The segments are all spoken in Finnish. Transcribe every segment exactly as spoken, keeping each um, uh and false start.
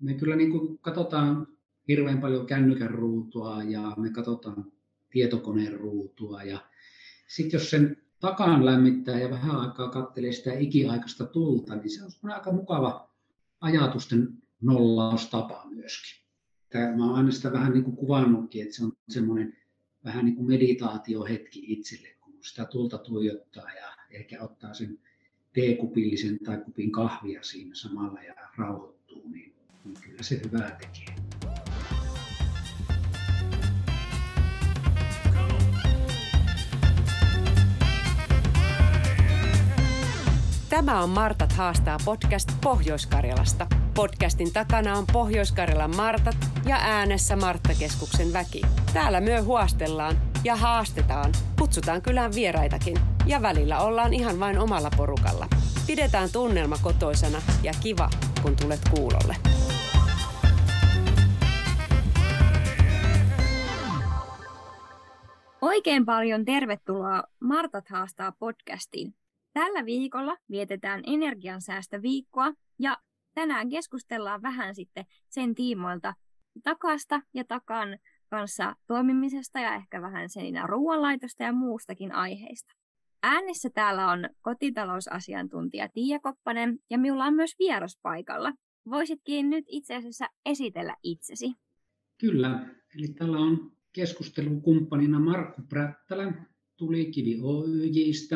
me kyllä niin kuin katsotaan hirveän paljon kännykän ruutua ja me katsotaan tietokoneen ruutua. Ja sitten jos sen takan lämmittää ja vähän aikaa katselee sitä ikiaikaista tulta, niin se on aika mukava ajatusten nollaustapa myöskin. Tämä, mä oon aina sitä vähän niin kuin kuvannutkin, että se on semmoinen vähän niin kuin meditaatiohetki itselle, kun sitä tulta tuijottaa ja ehkä ottaa sen teekupillisen tai kupin kahvia siinä samalla ja rauhoittuu, niin, niin kyllä se hyvää tekee. Tämä on Martat haastaa podcast Pohjois-Karjalasta. Podcastin takana on Pohjois-Karjalan Martat ja äänessä Marttakeskuksen väki. Täällä myö huostellaan ja haastetaan, kutsutaan kylään vieraitakin ja välillä ollaan ihan vain omalla porukalla. Pidetään tunnelma kotoisana ja kiva, kun tulet kuulolle. Oikein paljon tervetuloa Martat haastaa podcastiin. Tällä viikolla vietetään energiansäästöviikkoa ja tänään keskustellaan vähän sitten sen tiimoilta takasta ja takan kanssa toimimisesta ja ehkä vähän siinä ruoanlaitosta ja muustakin aiheista. Äänessä täällä on kotitalousasiantuntija Tiia Koppanen ja minulla on myös vieras paikalla. Voisitkin nyt itse asiassa esitellä itsesi. Kyllä, eli täällä on keskustelukumppanina Markku Prättälä Tulikivi Oyj:stä.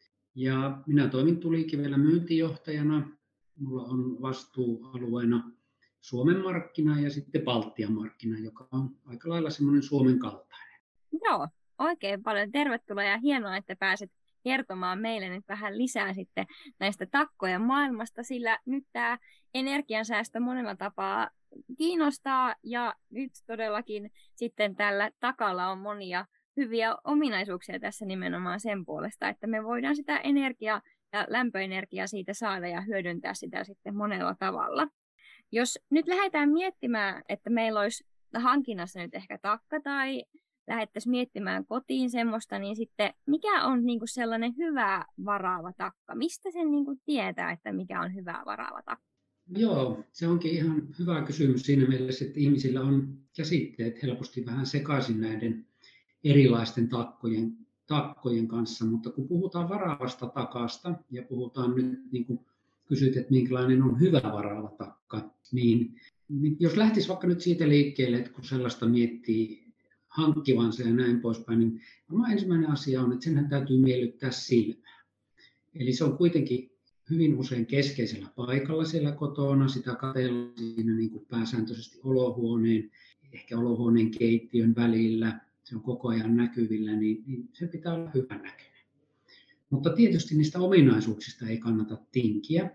Ja minä toimin Tulikivellä myyntijohtajana. Minulla on vastuualueena Suomen markkina ja sitten Baltian markkina, joka on aika lailla semmoinen Suomen kaltainen. Joo, oikein paljon tervetuloa ja hienoa, että pääset kertomaan meille nyt vähän lisää sitten näistä takkojen maailmasta, sillä nyt tämä energiansäästö monella tapaa kiinnostaa ja nyt todellakin sitten tällä takalla on monia hyviä ominaisuuksia tässä nimenomaan sen puolesta, että me voidaan sitä energiaa ja lämpöenergiaa siitä saada ja hyödyntää sitä sitten monella tavalla. Jos nyt lähdetään miettimään, että meillä olisi hankinnassa nyt ehkä takka tai lähdettäisiin miettimään kotiin semmoista, niin sitten mikä on niinku sellainen hyvä varaava takka? Mistä sen niinku tietää, että mikä on hyvä varaava takka? Joo, se onkin ihan hyvä kysymys siinä mielessä, että ihmisillä on käsitteet helposti vähän sekaisin näiden erilaisten takkojen, takkojen kanssa, mutta kun puhutaan varaavasta takasta ja puhutaan nyt, niin kuin kysyt, että minkälainen on hyvä varaava takka, niin, niin jos lähtisi vaikka nyt siitä liikkeelle, että kun sellaista miettii hankkivansa ja näin poispäin, niin ensimmäinen asia on, että senhän täytyy miellyttää silmää. Eli se on kuitenkin hyvin usein keskeisellä paikalla siellä kotona, sitä katsellaan siinä niin kuin pääsääntöisesti olohuoneen, ehkä olohuoneen keittiön välillä, se on koko ajan näkyvillä, niin, niin se pitää olla hyvän näköinen. Mutta tietysti niistä ominaisuuksista ei kannata tinkiä.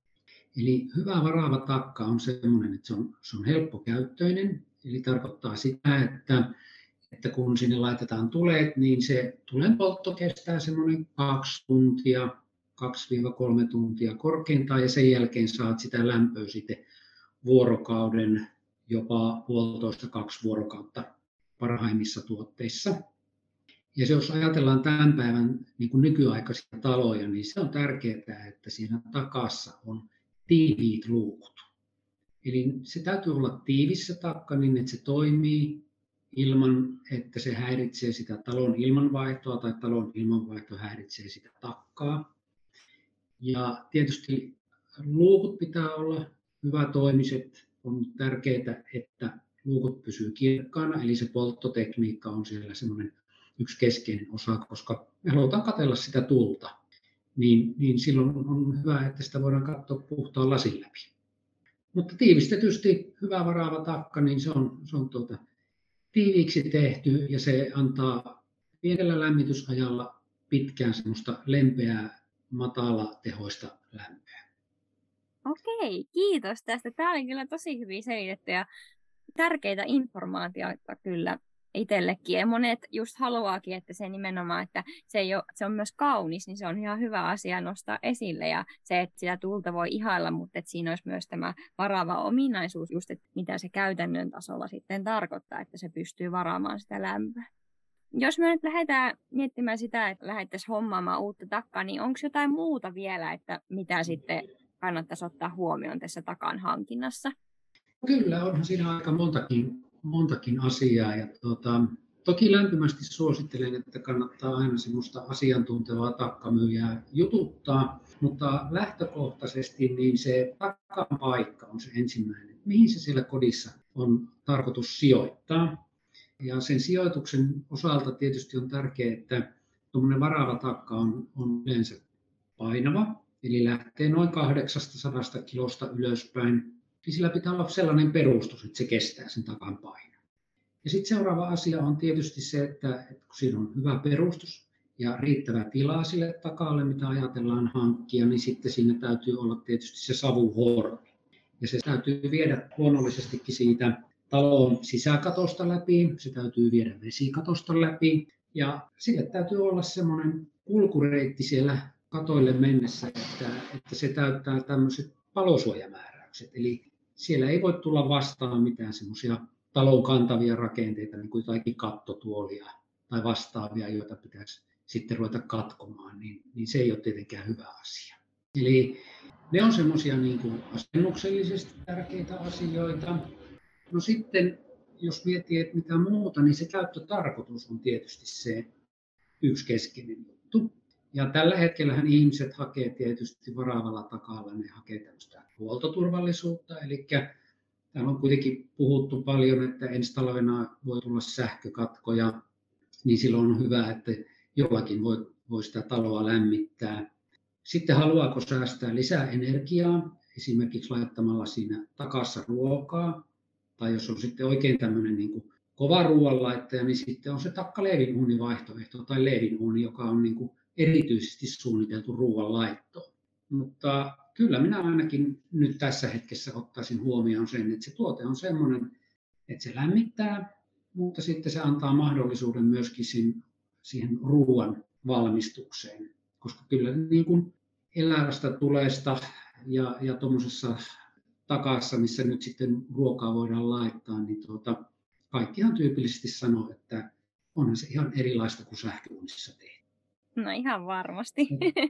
Eli hyvä varaava takka on sellainen, että se on, se on helppokäyttöinen, eli tarkoittaa sitä, että, että kun sinne laitetaan tulet, niin se tulen poltto kestää semmoinen kaksi tuntia, kaksi kolme tuntia korkeintaan, ja sen jälkeen saat sitä lämpöä sitten vuorokauden, jopa puolitoista kaksi vuorokautta parhaimmissa tuotteissa. Ja jos ajatellaan tämän päivän niin kuin nykyaikaisia taloja, niin se on tärkeää, että siinä takassa on tiiviit luukut. Eli se täytyy olla tiivis se takka niin, että se toimii ilman, että se häiritsee sitä talon ilmanvaihtoa tai talon ilmanvaihto häiritsee sitä takkaa. Ja tietysti luukut pitää olla hyvätoimiset. On tärkeää, että luukut pysyy kirkkaana, eli se polttotekniikka on siellä semmoinen yksi keskeinen osa, koska me halutaan katsella sitä tulta, niin, niin silloin on hyvä, että sitä voidaan katsoa puhtaan lasin läpi. Mutta tiivistetysti hyvä varaava takka, niin se on, se on tuota, tiiviiksi tehty ja se antaa pienellä lämmitysajalla pitkään semmoista lempeää, matala tehoista lämpöä. Okei, kiitos tästä. Tämä oli kyllä tosi hyvin selitetty ja tärkeitä informaatioita kyllä itsellekin. Ja monet just haluaakin, että se nimenomaan, että se, ei ole, se on myös kaunis, niin se on ihan hyvä asia nostaa esille. Ja se, että sitä tulta voi ihailla, mutta että siinä olisi myös tämä varaava ominaisuus, just että mitä se käytännön tasolla sitten tarkoittaa, että se pystyy varaamaan sitä lämpöä. Jos me nyt lähdetään miettimään sitä, että lähdettäisiin hommaamaan uutta takkaa, niin onko jotain muuta vielä, että mitä sitten kannattaisi ottaa huomioon tässä takan hankinnassa? kyllä, onhan siinä aika montakin, montakin asiaa. Ja tuota, toki lämpimästi suosittelen, että kannattaa aina semmoista asiantuntevaa takkamyyjää jututtaa, mutta lähtökohtaisesti niin se takan paikka on se ensimmäinen, mihin se siellä kodissa on tarkoitus sijoittaa. Ja sen sijoituksen osalta tietysti on tärkeää, että tuommoinen varaava takka on, on yleensä painava, eli lähtee noin kahdeksansataa kilosta ylöspäin. Niin sillä pitää olla sellainen perustus, että se kestää sen takan painon. Ja sitten seuraava asia on tietysti se, että, että kun siinä on hyvä perustus ja riittävä tila sille takalle, mitä ajatellaan hankkia, niin sitten siinä täytyy olla tietysti se savuhormi. Ja se täytyy viedä luonnollisestikin siitä talon sisäkatosta läpi, se täytyy viedä vesikatosta läpi ja sille täytyy olla semmoinen kulkureitti siellä katoille mennessä, että, että se täyttää tämmöiset palosuojamääräykset. Eli siellä ei voi tulla vastaan mitään semmoisia talon kantavia rakenteita, niin kuin jotakin kattotuolia tai vastaavia, joita pitäisi sitten ruveta katkomaan, niin, niin se ei ole tietenkään hyvä asia. Eli ne on semmoisia niin kuin asennuksellisesti tärkeitä asioita. No sitten, jos miettii, että mitä muuta, niin se käyttötarkoitus on tietysti se yksi keskeinen juttu. Ja tällä hetkellähän ihmiset hakee tietysti varaavalla takalla, ne hakee tämmöistä huoltoturvallisuutta. Eli täällä on kuitenkin puhuttu paljon, että ensi talvena voi tulla sähkökatkoja, niin silloin on hyvä, että jollakin voi, voi sitä taloa lämmittää. Sitten haluaako säästää lisää energiaa, esimerkiksi laittamalla siinä takassa ruokaa. Tai jos on sitten oikein tämmöinen niin kuin kova ruoanlaittaja, niin sitten on se takka leivinuuni vaihtoehto tai leivinuuni, joka on niin kuin erityisesti suunniteltu ruoanlaittoon. Mutta kyllä minä ainakin nyt tässä hetkessä ottaisin huomioon sen, että se tuote on semmoinen, että se lämmittää, mutta sitten se antaa mahdollisuuden myöskin siihen, siihen ruoan valmistukseen. Koska kyllä niin kuin elävästä tulesta ja, ja tuommoisessa takassa, missä nyt sitten ruokaa voidaan laittaa, niin tuota, kaikkihan tyypillisesti sanoo, että onhan se ihan erilaista kuin sähköuunissa tehdään. No ihan varmasti.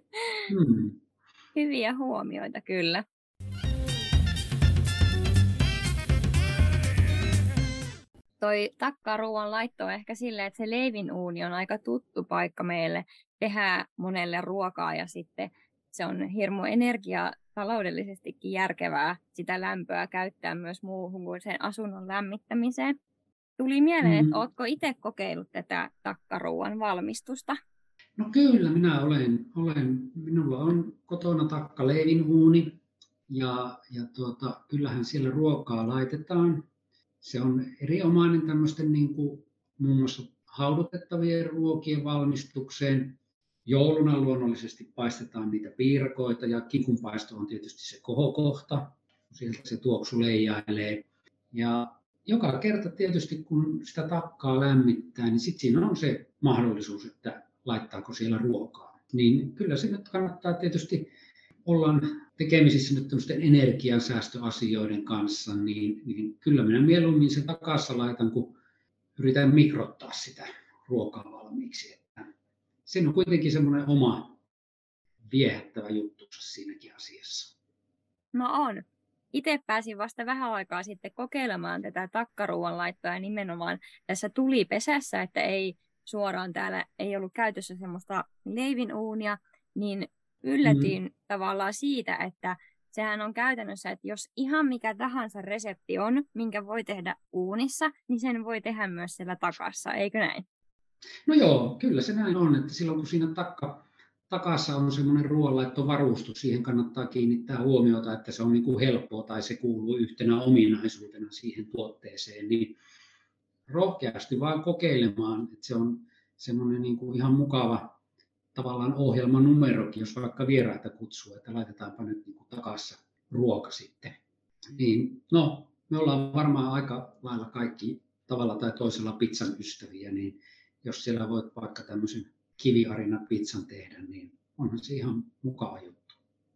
Mm. Hyviä huomioita kyllä. Toi takkaruuan laitto on ehkä silleen, että se leivinuuni on aika tuttu paikka meille tehdä monelle ruokaa ja sitten se on hirmu energiaa taloudellisestikin järkevää sitä lämpöä käyttää myös muuhun kuin sen asunnon lämmittämiseen. Tuli mieleen, mm. että oletko itse kokeillut tätä takkaruuan valmistusta? No kyllä, minä olen. olen. Minulla on kotona takkaleivinuuni ja, ja tuota, kyllähän siellä ruokaa laitetaan. Se on erinomainen tämmöisten niin kuin muun muassa haudutettavien ruokien valmistukseen. Jouluna luonnollisesti paistetaan niitä piirakoita ja kikunpaisto on tietysti se kohokohta. Sieltä se tuoksu leijailee. Ja joka kerta tietysti kun sitä takkaa lämmittää, niin sitten siinä on se mahdollisuus, että laittaako siellä ruokaa. Niin kyllä se nyt kannattaa tietysti olla tekemisissä nyt tämmöisten energiansäästöasioiden kanssa, niin, niin kyllä minä mieluummin sen takassa laitan, kun yritän mikrottaa sitä ruokaa valmiiksi. Että siinä on kuitenkin semmoinen oma viehättävä juttunsa siinäkin asiassa. No on. Itse pääsin vasta vähän aikaa sitten kokeilemaan tätä takkaruuan laittoa nimenomaan tässä tulipesässä, että ei suoraan täällä ei ollut käytössä semmoista leivinuunia, niin yllätyin mm. tavallaan siitä, että sehän on käytännössä, että jos ihan mikä tahansa resepti on, minkä voi tehdä uunissa, niin sen voi tehdä myös siellä takassa, eikö näin? No joo, kyllä se näin on, että silloin kun siinä takka, takassa on semmoinen ruoanlaittovarustus, siihen kannattaa kiinnittää huomiota, että se on niin kuin helppoa tai se kuuluu yhtenä ominaisuutena siihen tuotteeseen, niin rohkeasti vaan kokeilemaan, että se on semmoinen niin kuin ihan mukava tavallaan ohjelmanumerokin, jos vaikka vieraita kutsuu, että laitetaanpa nyt niin kuin takassa ruoka sitten. Niin, no, me ollaan varmaan aika lailla kaikki tavalla tai toisella pizzan ystäviä, niin jos siellä voit vaikka tämmöisen kiviarina pizzan tehdä, niin onhan se ihan mukava juttu.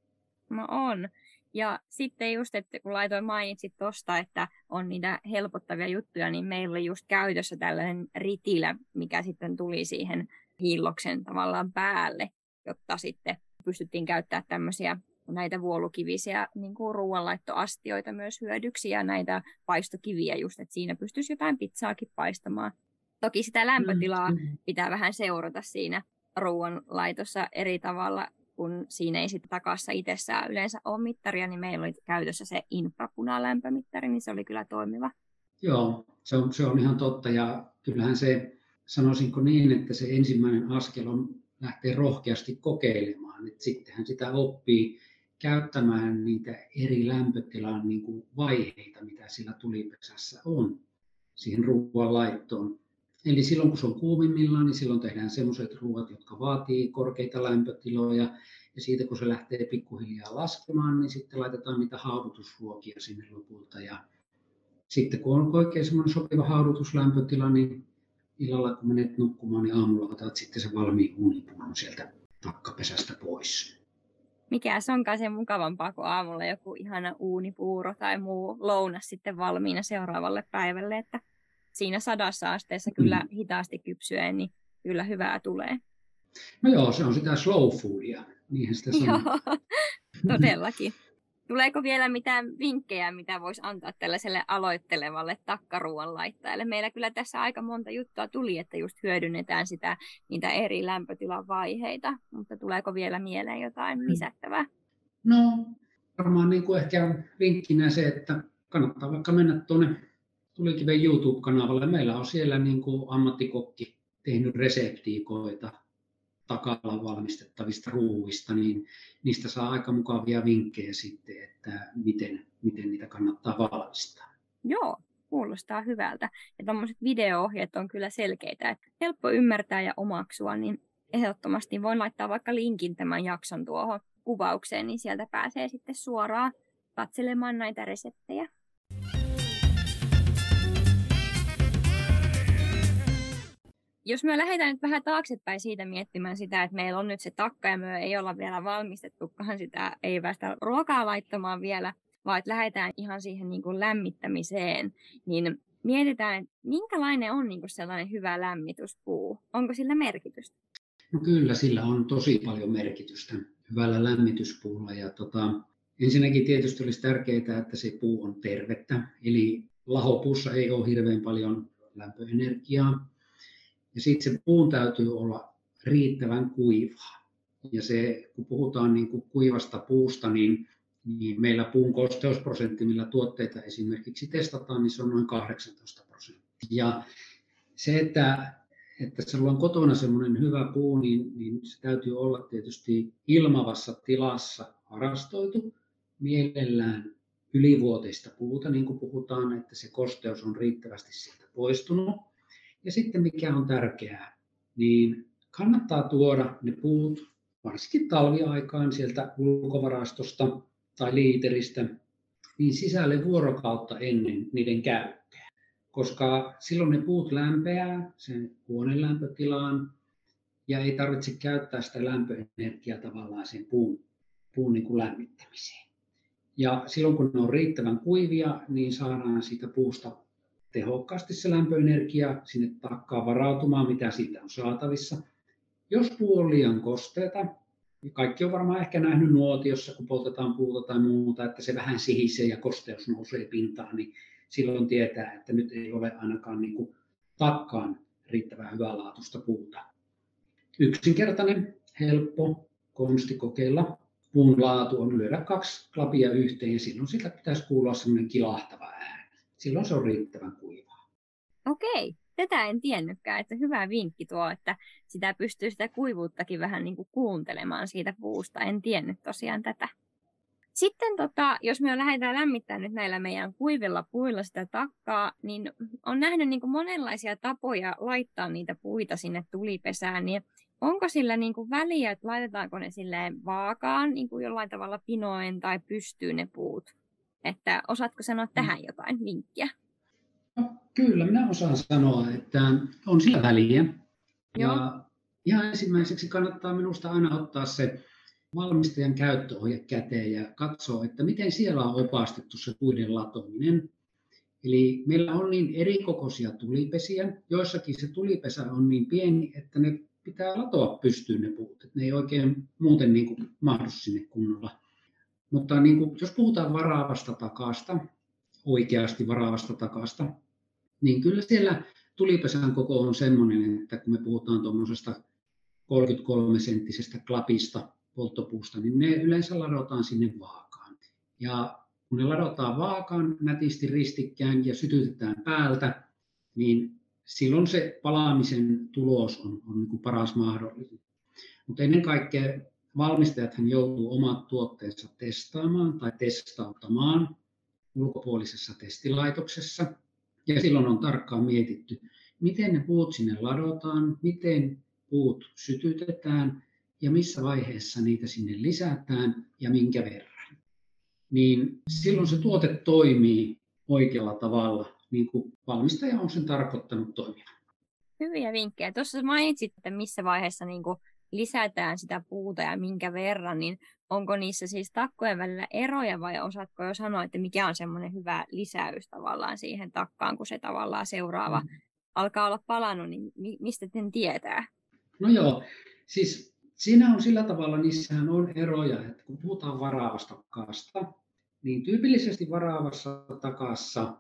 No on. Ja sitten just, että kun laitoin mainitsit tuosta, että on niitä helpottavia juttuja, niin meillä oli just käytössä tällainen ritilä, mikä sitten tuli siihen hiilloksen tavallaan päälle, jotta sitten pystyttiin käyttämään tämmöisiä näitä vuolukivisiä niin kuin ruoanlaittoastioita myös hyödyksi ja näitä paistokiviä just, että siinä pystyisi jotain pizzaakin paistamaan. Toki sitä lämpötilaa Mm. pitää vähän seurata siinä ruoanlaitossa eri tavalla, kun siinä ei sitten takassa itsessään yleensä ole mittaria, niin meillä oli käytössä se infrapunalämpömittari, niin se oli kyllä toimiva. Joo, se on, se on ihan totta ja kyllähän se, sanoisinko niin, että se ensimmäinen askel on lähteä rohkeasti kokeilemaan, että sittenhän sitä oppii käyttämään niitä eri lämpötilan niin kuin vaiheita, mitä sillä tulipesässä on siihen ruoan laittoon. Eli silloin kun se on kuumimmillaan, niin silloin tehdään sellaiset ruoat, jotka vaatii korkeita lämpötiloja. Ja siitä kun se lähtee pikkuhiljaa laskemaan, niin sitten laitetaan niitä haudutusruokia sinne lopulta. Ja sitten kun on oikein semmoinen sopiva haudutuslämpötila, niin illalla kun menet nukkumaan, niin aamulla otat sitten se valmiin uunipuuron sieltä takkapesästä pois. Mikä se onkaan se mukavampaa kuin aamulla joku ihana uunipuuro tai muu lounas sitten valmiina seuraavalle päivälle, että siinä sadassa asteessa kyllä hitaasti kypsyen, niin kyllä hyvää tulee. No joo, se on sitä slow foodia, niinhän sitä sanoo. Joo, todellakin. Tuleeko vielä mitään vinkkejä, mitä voisi antaa tällaiselle aloittelevalle takkaruuan laittajalle? Meillä kyllä tässä aika monta juttua tuli, että just hyödynnetään sitä, niitä eri lämpötilan vaiheita, mutta tuleeko vielä mieleen jotain lisättävää? No varmaan niin kuin ehkä vinkkinä se, että kannattaa vaikka mennä tuonne Tulikiven YouTube-kanavalle. Meillä on siellä niin kuin ammattikokki tehnyt reseptiikoita takalla valmistettavista ruuista, niin niistä saa aika mukavia vinkkejä sitten, että miten, miten niitä kannattaa valmistaa. Joo, kuulostaa hyvältä. Ja tuommoiset video-ohjeet on kyllä selkeitä, että helppo ymmärtää ja omaksua, niin ehdottomasti voin laittaa vaikka linkin tämän jakson tuohon kuvaukseen, niin sieltä pääsee sitten suoraan katselemaan näitä reseptejä. Jos me lähdetään nyt vähän taaksepäin siitä miettimään sitä, että meillä on nyt se takka ja me ei olla vielä valmistettukaan sitä, ei päästä ruokaa laittamaan vielä, vaan että lähdetään ihan siihen niin kuin lämmittämiseen, niin mietitään, että minkälainen on niin kuin sellainen hyvä lämmityspuu? Onko sillä merkitystä? No kyllä, sillä on tosi paljon merkitystä hyvällä lämmityspuulla. Ja tota, ensinnäkin tietysti olisi tärkeää, että se puu on tervettä, eli lahopuussa ei ole hirveän paljon lämpöenergiaa. Ja sitten se puun täytyy olla riittävän kuivaa. Ja se, kun puhutaan niin kuin kuivasta puusta, niin, niin meillä puun kosteusprosentti, millä tuotteita esimerkiksi testataan, niin se on noin kahdeksantoista prosenttia. Ja se, että, että sulla on kotona semmoinen hyvä puu, niin, niin se täytyy olla tietysti ilmavassa tilassa varastoitu, mielellään ylivuoteista puuta, niin kuin puhutaan, että se kosteus on riittävästi sieltä poistunut. Ja sitten mikä on tärkeää, niin kannattaa tuoda ne puut, varsinkin talviaikaan sieltä ulkovarastosta tai liiteristä, niin sisälle vuorokautta ennen niiden käyttöä. Koska silloin ne puut lämpeää sen huoneen lämpötilaan ja ei tarvitse käyttää sitä lämpöenergiaa tavallaan sen puun, puun niin kuin lämmittämiseen. Ja silloin kun ne on riittävän kuivia, niin saadaan siitä puusta tehokkaasti se lämpöenergia sinne takkaan varautumaan, mitä siitä on saatavissa. Jos puu on liian kosteata, niin kaikki on varmaan ehkä nähnyt nuotiossa, kun poltetaan puuta tai muuta, että se vähän sihisee ja kosteus nousee pintaan, niin silloin tietää, että nyt ei ole ainakaan niin kuin takkaan riittävän hyvälaatuista puuta. Yksinkertainen, helppo konsti kokeilla puun laatu on lyödä kaksi klapia yhteen ja silloin siitä pitäisi kuulua semmoinen kilahtava ääni. Silloin se on riittävän kuivaa. Okei, tätä en tiennytkään, että hyvä vinkki tuo, että sitä pystyy sitä kuivuuttakin vähän niin kuin kuuntelemaan siitä puusta. En tiennyt tosiaan tätä. Sitten tota, jos me lähdetään lämmittämään nyt näillä meidän kuivilla puilla sitä takkaa, niin on nähnyt niin kuin monenlaisia tapoja laittaa niitä puita sinne tulipesään. Niin onko sillä niin kuin väliä, että laitetaanko ne silleen vaakaan niin kuin jollain tavalla pinoen tai pystyy ne puut? Että osaatko sanoa tähän jotain vinkkiä? No, kyllä, minä osaan sanoa, että on sillä väliä. Joo. Ja ihan ensimmäiseksi kannattaa minusta aina ottaa se valmistajan käyttöohje käteen ja katsoa, että miten siellä on opastettu se puiden latominen. Eli meillä on niin erikokoisia tulipesiä, joissakin se tulipesä on niin pieni, että ne pitää latoa pystyyn ne puut, että ne ei oikein muuten niin kuin mahdu sinne kunnolla Mutta niin kuin, jos puhutaan varaavasta takasta, oikeasti varaavasta takasta, niin kyllä siellä tulipesän koko on semmoinen, että kun me puhutaan tuommoisesta kolmekymmentäkolme senttisestä klapista polttopuusta, niin ne yleensä ladotaan sinne vaakaan. Ja kun ne ladotaan vaakaan nätisti ristikkään ja sytytetään päältä, niin silloin se palaamisen tulos on, on niin kuin paras mahdollinen. Mutta ennen kaikkea valmistajathan joutuu omat tuotteensa testaamaan tai testauttamaan ulkopuolisessa testilaitoksessa. Ja silloin on tarkkaan mietitty, miten ne puut sinne ladotaan, miten puut sytytetään ja missä vaiheessa niitä sinne lisätään ja minkä verran. Niin silloin se tuote toimii oikealla tavalla, niin kuin valmistaja on sen tarkoittanut toimivan. Hyviä vinkkejä. Tuossa mainitsit, että missä vaiheessa niin kuin lisätään sitä puuta ja minkä verran, niin onko niissä siis takkojen välillä eroja vai osaatko jo sanoa, että mikä on semmoinen hyvä lisäys tavallaan siihen takkaan, kun se tavallaan seuraava mm. alkaa olla palannut, niin mistä sen tietää? No joo, siis siinä on sillä tavalla, niissähän on eroja, että kun puhutaan varaavasta takasta, niin tyypillisesti varaavassa takassa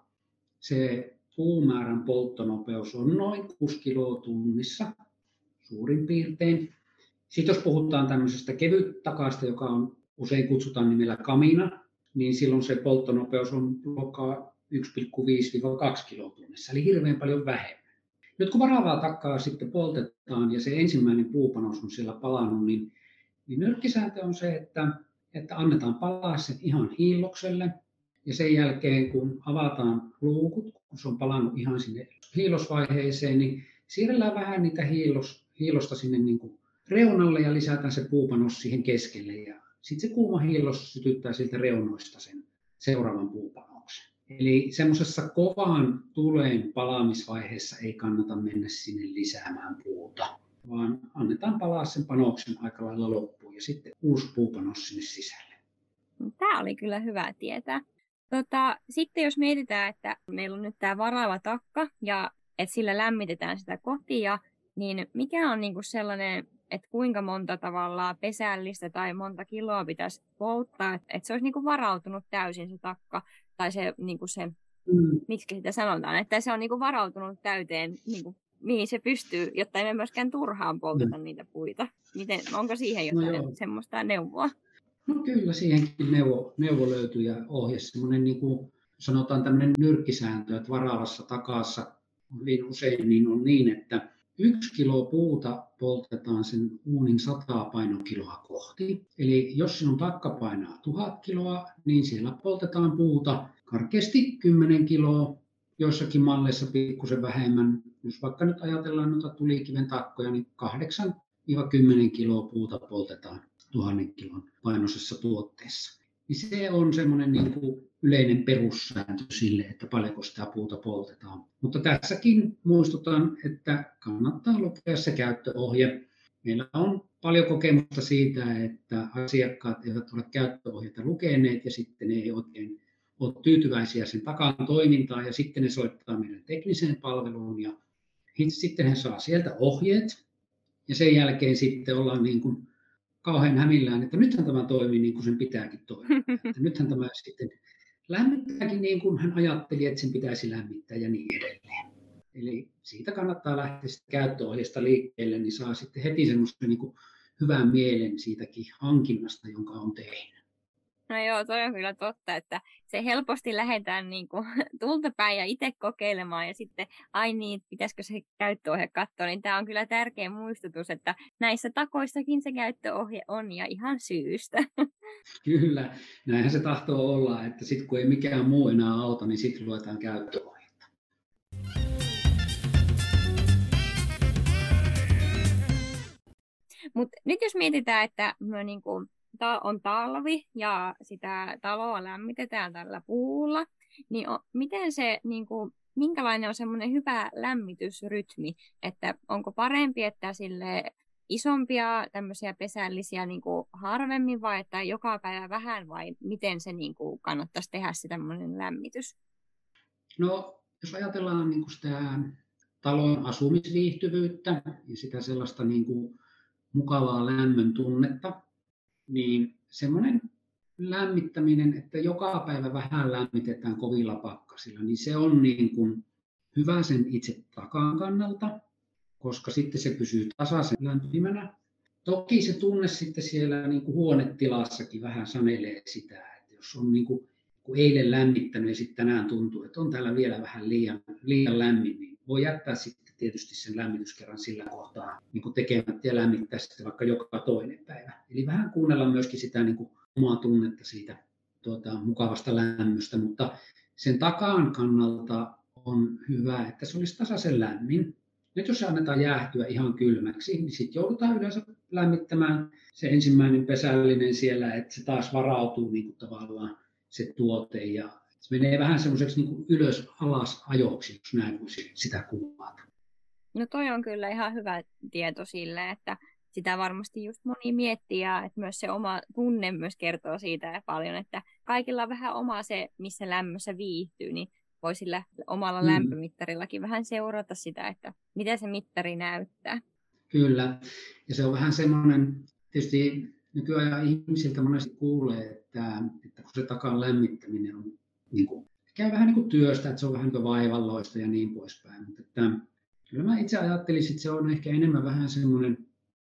se puumäärän polttonopeus on noin kuusi kiloa tunnissa suurin piirtein. Sitten jos puhutaan tämmöisestä kevyttakasta, joka on usein kutsutaan nimellä kamina, niin silloin se polttonopeus on luokkaa yksi pilkku viisi kaksi kiloa tunnissa, eli hirveän paljon vähemmän. Nyt kun varaavaa takkaa sitten poltetaan ja se ensimmäinen puupanos on siellä palannut, niin, niin nyrkkisääntö on se, että, että annetaan palaa sen ihan hiillokselle. Ja sen jälkeen, kun avataan luukut, kun se on palannut ihan sinne hiillosvaiheeseen, niin siirrellään vähän niitä hiillos, hiillosta sinne niin kuin reunalle ja lisätään se puupanos siihen keskelle. Ja sitten se kuuma hiillos sytyttää siltä reunoista sen seuraavan puupanoksen. Eli semmoisessa kovan tuleen palaamisvaiheessa ei kannata mennä sinne lisäämään puuta, vaan annetaan palaa sen panoksen aika lailla loppuun ja sitten uusi puupanos sinne sisälle. Tämä oli kyllä hyvä tietää. Tota, sitten jos mietitään, että meillä on nyt tämä varaava takka ja että sillä lämmitetään sitä kotia, niin mikä on niinku sellainen, että kuinka monta tavallaan pesällistä tai monta kiloa pitäisi polttaa, että, että se olisi niinku varautunut täysin se takka tai se, niinku se mm. miksi sitä sanotaan, että se on niinku varautunut täyteen, niinku, mihin se pystyy, jotta ei me myöskään turhaan polteta mm. niitä puita. Miten, onko siihen jotain no semmoista neuvoa? No kyllä, siihenkin neuvo, neuvo löytyy ja ohje, semmoinen niin kuin sanotaan tämmöinen nyrkkisääntö, että varaavassa takassa hyvin usein niin on niin, että yksi kilo puuta poltetaan sen uunin sata painokiloa kohti. Eli jos sinun takka painaa tuhat kiloa, niin siellä poltetaan puuta karkeasti kymmenen kiloa, joissakin malleissa pikkusen vähemmän. Jos vaikka nyt ajatellaan noita tulikiven takkoja, niin kahdeksan kymmenen kiloa puuta poltetaan tuhannen kilon painoisessa tuotteessa. Niin se on semmoinen niin kuin yleinen perussääntö sille, että paljonko sitä puuta poltetaan. Mutta tässäkin muistutan, että kannattaa lukea se käyttöohje. Meillä on paljon kokemusta siitä, että asiakkaat eivät ole käyttöohjeita lukeneet ja sitten ne ei oikein ole tyytyväisiä sen takan toimintaan ja sitten ne soittaa meidän tekniseen palveluun ja sitten he saa sieltä ohjeet ja sen jälkeen sitten ollaan niin kuin kauhean hämillään, että nythän tämä toimii niin kuin sen pitääkin toimia. Että nythän tämä sitten lämmittääkin niin kuin hän ajatteli, että sen pitäisi lämmittää ja niin edelleen. Eli siitä kannattaa lähteä käyttöohjeesta liikkeelle, niin saa sitten heti semmoista niin kuin hyvän mielen siitäkin hankinnasta, jonka on tehnyt. No joo, toi on kyllä totta, että se helposti lähdetään niin kuin tulta päin ja itse kokeilemaan ja sitten, ai niin, pitäisikö se käyttöohje katsoa, niin tämä on kyllä tärkeä muistutus, että näissä takoissakin se käyttöohje on ja ihan syystä. Kyllä, näinhän se tahtoo olla, että sitten kun ei mikään muu enää auta, niin sitten luetaan käyttöohjetta. Mutta nyt jos mietitään, että me niin kuin on talvi ja sitä taloa lämmitetään tällä puulla, niin on, miten se, niin kuin, minkälainen on semmoinen hyvä lämmitysrytmi, että onko parempi, että sille isompia tämmöisiä pesällisiä niin kuin harvemmin vai että joka päivä vähän vai miten se niin kuin kannattaisi tehdä se tämmöinen lämmitys? No jos ajatellaan niin kuin sitä talon asumisviihtyvyyttä ja sitä sellaista niin kuin mukavaa lämmön tunnetta, niin semmoinen lämmittäminen, että joka päivä vähän lämmitetään kovilla pakkasilla, niin se on niin kuin hyvä sen itse takan kannalta, koska sitten se pysyy tasaisen lämpimänä. Toki se tunne sitten siellä niin kuin huonetilassakin vähän sanelee sitä, että jos on niin kuin, kun eilen lämmittänyt ja sitten tänään tuntuu, että on täällä vielä vähän liian, liian lämmin, niin voi jättää sitten tietysti sen lämmityskerran sillä kohtaa niin kuin tekemättä ja lämmittää sitten vaikka joka toinen päivä. Eli vähän kuunnella myöskin sitä niin kuin omaa tunnetta siitä tuota, mukavasta lämmöstä, mutta sen takan kannalta on hyvä, että se olisi tasaisen lämmin. Nyt jos se annetaan jäähtyä ihan kylmäksi, niin sitten joudutaan yleensä lämmittämään se ensimmäinen pesällinen siellä, että se taas varautuu niin kuin tavallaan se tuote ja se menee vähän semmoiseksi niin kuin ylös-alas ajoksi, jos näin voisi sitä kuvata. No toi on kyllä ihan hyvä tieto sille, että sitä varmasti just moni miettii ja että myös se oma tunne myös kertoo siitä ja paljon, että kaikilla on vähän oma se, missä lämmössä viihtyy, niin voi sillä omalla mm. lämpömittarillakin vähän seurata sitä, että mitä se mittari näyttää. Kyllä, ja se on vähän semmoinen, tietysti nykyajan ihmisiltä monesti kuulee, että, että kun se takan lämmittäminen on, niin kuin, käy vähän niin kuin työstä, että se on vähän niin kuin vaivalloista ja niin poispäin, mutta että, kyllä mä itse ajattelisin, että se on ehkä enemmän vähän semmoinen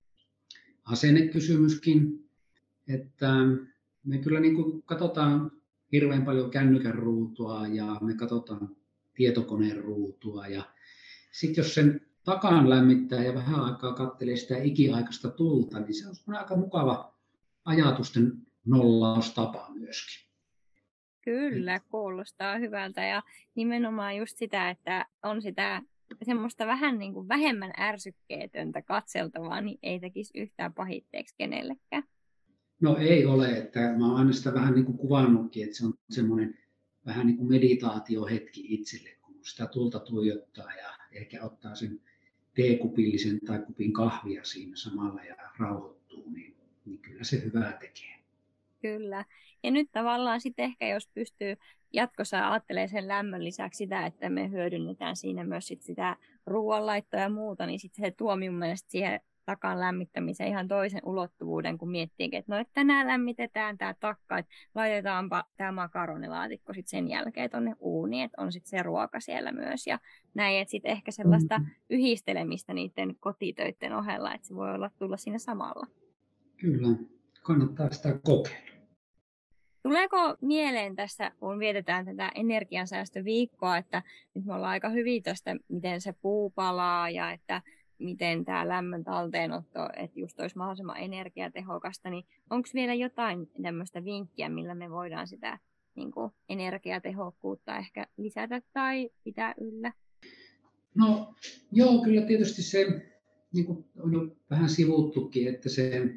asennekysymyskin, että me kyllä niin kuin katsotaan hirveän paljon kännykän ruutua ja me katsotaan tietokoneen ruutua ja sitten jos sen takan lämmittää ja vähän aikaa katselee sitä ikiaikaista tulta, niin se on aika mukava ajatusten nollaustapa myöskin. Kyllä, kuulostaa hyvältä ja nimenomaan just sitä, että on sitä semmoista vähän niin kuin vähemmän ärsykkeetöntä katseltavaa, niin ei tekisi yhtään pahitteeksi kenellekään. No ei ole, että mä oon aina sitä vähän niin kuin kuvannutkin, että se on semmoinen vähän niin kuin meditaatiohetki itselle, kun sitä tulta tuijottaa ja ehkä ottaa sen teekupillisen tai kupin kahvia siinä samalla ja rauhoittuu, niin, niin kyllä se hyvää tekee. Kyllä. Ja nyt tavallaan sitten ehkä jos pystyy jatkossa ajattelemaan sen lämmön lisäksi sitä, että me hyödynnetään siinä myös sit sitä ruoanlaittoa ja muuta, niin sitten se tuo minun mielestä siihen takan lämmittämiseen ihan toisen ulottuvuuden, kun miettii, että no, että tänään lämmitetään tämä takka, että laitetaanpa tämä makaronilaatikko sitten sen jälkeen tuonne uuniin, että on sitten se ruoka siellä myös ja näin, että sitten ehkä sellaista yhdistelemistä niiden kotitöiden ohella, että se voi olla tulla siinä samalla. Kyllä, kannattaa sitä kokeilla. Tuleeko mieleen tässä, kun vietetään tätä energiansäästöviikkoa, että nyt me ollaan aika hyvin tästä, miten se puu palaa ja että miten tämä lämmön talteenotto, että just olisi mahdollisimman energiatehokasta, niin onko vielä jotain tämmöistä vinkkiä, millä me voidaan sitä niin kuin energiatehokkuutta ehkä lisätä tai pitää yllä? No joo, kyllä tietysti se niin kuin on jo vähän sivuttukin, että se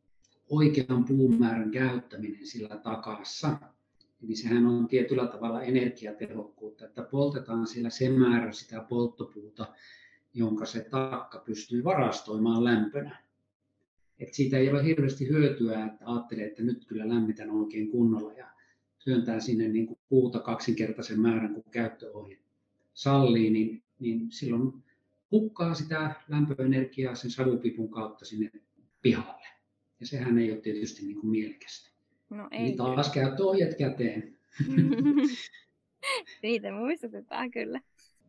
oikean puumäärän käyttäminen sillä takassa, eli sehän on tietyllä tavalla energiatehokkuutta, että poltetaan siellä se määrä sitä polttopuuta, jonka se takka pystyy varastoimaan lämpönä. Et siitä ei ole hirveästi hyötyä, että ajattelee, että nyt kyllä lämmitän oikein kunnolla ja työntää sinne niin kuin puuta kaksinkertaisen määrän kuin käyttöohje sallii, niin, niin silloin hukkaa sitä lämpöenergiaa sen savupipun kautta sinne pihalle. Ja sehän ei ole tietysti niin kuin mielekästä. No ei. Niin taas käyttöohjeet käteen. Siitä muistutetaan kyllä.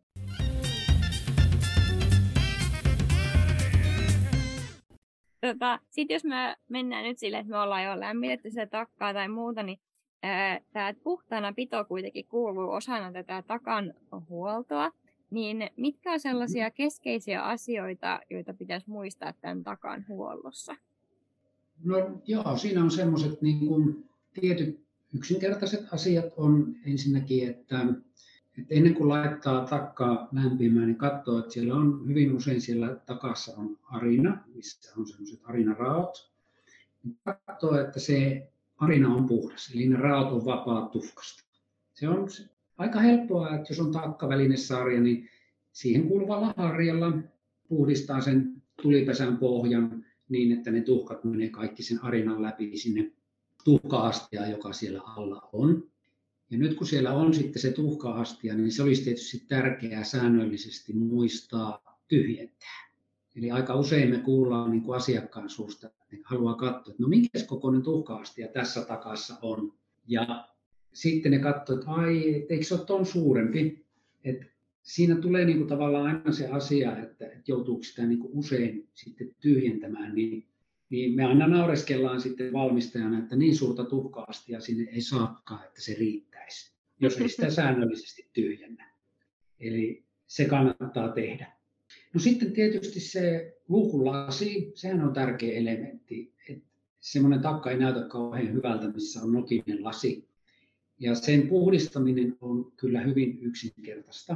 Tota, Sitten jos me mennään nyt sille, että me ollaan jo lämmitetty sitä takkaa tai muuta, niin tämä puhtaana pito kuitenkin kuuluu osana tätä takan huoltoa. Niin mitkä on sellaisia keskeisiä asioita, joita pitäisi muistaa tämän takan huollossa? No joo, siinä on semmoiset niin kuin tietyt yksinkertaiset asiat on ensinnäkin, että, että ennen kuin laittaa takkaa lämpimään, niin katsoo, että siellä on hyvin usein siellä takassa on arina, missä on semmoiset arinaraot. Katsoo, että se arina on puhdas, eli ne raot on vapaat tuhkasta. Se on aika helppoa, että jos on takkavälinesarja, niin siihen kuuluvalla harjalla puhdistaa sen tulipesän pohjan niin, että ne tuhkat menee kaikki sen arinan läpi sinne tuhka-astiaan, joka siellä alla on. Ja nyt kun siellä on sitten se tuhka-astia, niin se olisi tietysti tärkeää säännöllisesti muistaa tyhjentää. Eli aika usein me kuullaan niin kuin asiakkaan suusta, että ne haluaa katsoa, että no minkä kokoinen tuhka-astia tässä takassa on. Ja sitten ne katsoo, että ai, et eikö se ole ton suurempi. Et siinä tulee niin kuin tavallaan aina se asia, että, että joutuuko sitä niin kuin usein sitten tyhjentämään, niin, niin me aina naureskellaan sitten valmistajana, että niin suurta tuhka-astia sinne ei saakaan, että se riittäisi, jos ei sitä säännöllisesti tyhjennä. Eli se kannattaa tehdä. No sitten tietysti se luukunlasi, sehän on tärkeä elementti. Että semmoinen takka ei näytä kauhean hyvältä, missä on nokinen lasi. Ja sen puhdistaminen on kyllä hyvin yksinkertaista.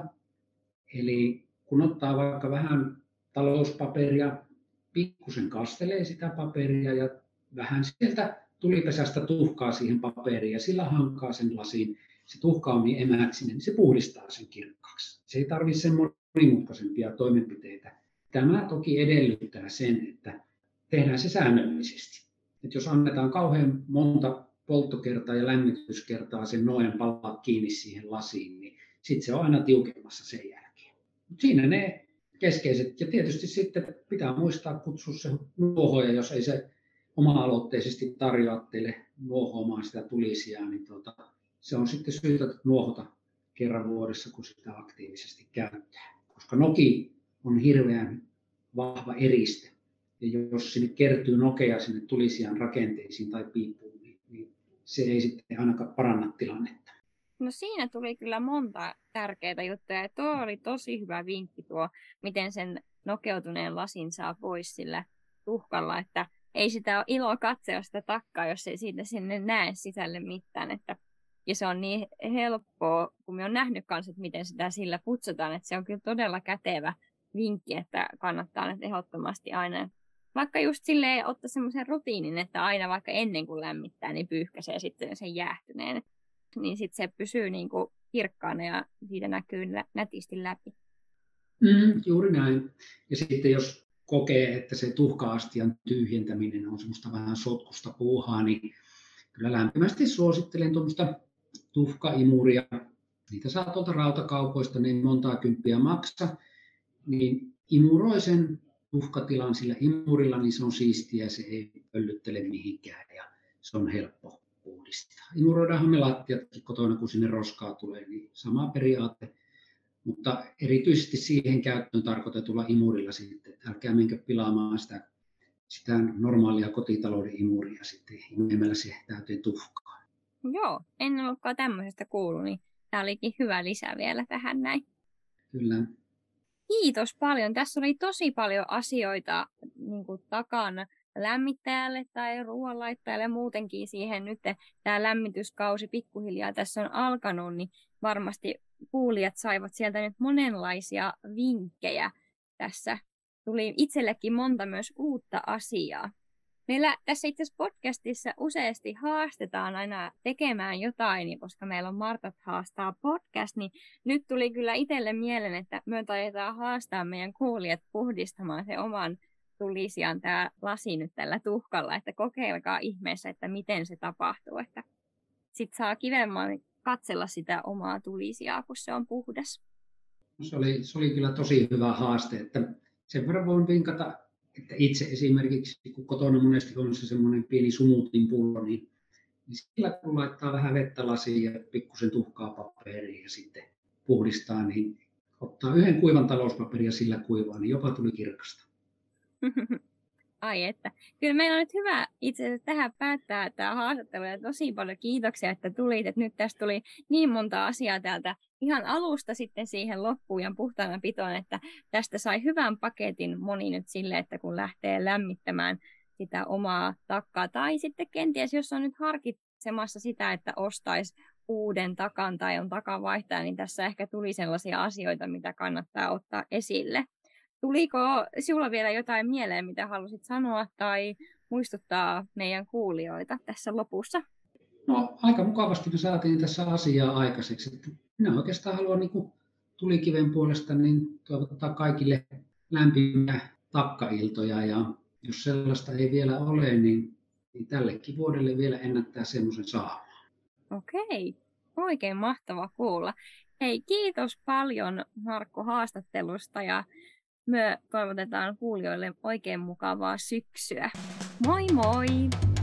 Eli kun ottaa vaikka vähän talouspaperia, pikkusen kastelee sitä paperia ja vähän sieltä tulipesästä tuhkaa siihen paperiin ja sillä hankaa sen lasiin. Se tuhka on niin emäksinen, niin se puhdistaa sen kirkkaaksi. Se ei tarvitse sen monimutkaisempia toimenpiteitä. Tämä toki edellyttää sen, että tehdään se säännöllisesti. Että jos annetaan kauhean monta polttokertaa ja lämmityskertaa sen noen palaa kiinni siihen lasiin, niin sitten se on aina tiukemmassa sen jälkeen. Mut siinä ne keskeiset. Ja tietysti sitten pitää muistaa kutsua se nuohoja, jos ei se oma-aloitteisesti tarjoa teille nuohoamaan sitä tulisijaa, niin tuota, se on sitten syytä nuohota kerran vuodessa, kun sitä aktiivisesti käyttää. Koska noki on hirveän vahva eriste. Ja jos sinne kertyy nokea sinne tulisijan rakenteisiin tai piippuun, niin, niin se ei sitten ainakaan paranna tilannetta. No siinä tuli kyllä monta tärkeää juttuja. Ja tuo oli tosi hyvä vinkki tuo, miten sen nokeutuneen lasin saa pois sillä tuhkalla, että ei sitä ole ilo katsoa sitä takkaa, jos ei siitä sinne näe sisälle mitään. Että ja se on niin helppoa, kun me on nähnyt kanssa, että miten sitä sillä putsataan, että se on kyllä todella kätevä vinkki, että kannattaa nyt ehdottomasti aina, vaikka just silleen ottaa semmoisen rutiinin, että aina vaikka ennen kuin lämmittää, niin pyyhkäisee sitten sen jäähtyneen, niin sitten se pysyy niin kuin kirkkaana ja siitä näkyy nätisti läpi. Mm, juuri näin. Ja sitten jos kokee, että se tuhka-astian tyhjentäminen on semmoista vähän sotkusta puuhaa, niin kyllä lämpimästi suosittelen tuommoista tuhkaimuria. Niitä saa tuolta rautakaupoista, ne ei montaa kymppiä maksa. Niin imuroi sen tuhkatilan sillä imurilla, niin se on siistiä, se ei pöllyttele mihinkään ja se on helppo puhdistaa. Imuroidaanhan me lattiatkin kotona, kun sinne roskaa tulee, niin sama periaate. Mutta erityisesti siihen käyttöön tarkoitetulla imurilla sitten, että älkää menkö pilaamaan sitä, sitä normaalia kotitalouden imuria sitten imemällä se täyteen tuhkaa. Joo, en olekaan tämmöisestä kuullut, niin tämä olikin hyvä lisä vielä tähän näin. Kyllä. Kiitos paljon. Tässä oli tosi paljon asioita niin kuin takana lämmittäjälle tai ruoanlaittajalle muutenkin siihen nyt tämä lämmityskausi pikkuhiljaa tässä on alkanut, niin varmasti kuulijat saivat sieltä nyt monenlaisia vinkkejä tässä. Tuli itsellekin monta myös uutta asiaa. Meillä tässä itse asiassa podcastissa useasti haastetaan aina tekemään jotain, koska meillä on Martat haastaa podcast, niin nyt tuli kyllä itselle mieleen, että me taidetaan haastaa meidän kuulijat puhdistamaan se oman tulisijan tämä lasi nyt tällä tuhkalla, että kokeilkaa ihmeessä, että miten se tapahtuu, että sitten saa kivemmin katsella sitä omaa tulisijaa, kun se on puhdas. Se oli, se oli kyllä tosi hyvä haaste, että sen verran voin vinkata, että itse esimerkiksi, kun kotona monesti on se semmoinen pieni sumutin pullo, niin, niin sillä kun laittaa vähän vettä lasiin ja pikkusen tuhkaa paperiin ja sitten puhdistaa, niin ottaa yhden kuivan talouspaperia sillä kuivaa, niin jopa tuli kirkasta. Ai että. Kyllä meillä on nyt hyvä itse asiassa tähän päättää tämä haastattelu ja tosi paljon kiitoksia, että tulit. Että nyt tästä tuli niin monta asiaa täältä ihan alusta sitten siihen loppuun ja puhtaana pitoon, että tästä sai hyvän paketin moni nyt sille, että kun lähtee lämmittämään sitä omaa takkaa tai sitten kenties, jos on nyt harkitsemassa sitä, että ostaisi uuden takan tai on takavaihtaja, niin tässä ehkä tuli sellaisia asioita, mitä kannattaa ottaa esille. Tuliko sinulla vielä jotain mieleen, mitä halusit sanoa tai muistuttaa meidän kuulijoita tässä lopussa? No aika mukavasti me saatiin tässä asiaa aikaiseksi. Minä oikeastaan haluan niin kuin tulikiven puolesta niin toivottaa kaikille lämpimiä takkailtoja ja jos sellaista ei vielä ole, niin, niin tällekin vuodelle vielä ennättää semmoisen saamaan. Okei, oikein mahtava kuulla. Hei, kiitos paljon Markku haastattelusta ja myö toivotetaan kuulijoille oikein mukavaa syksyä. Moi moi!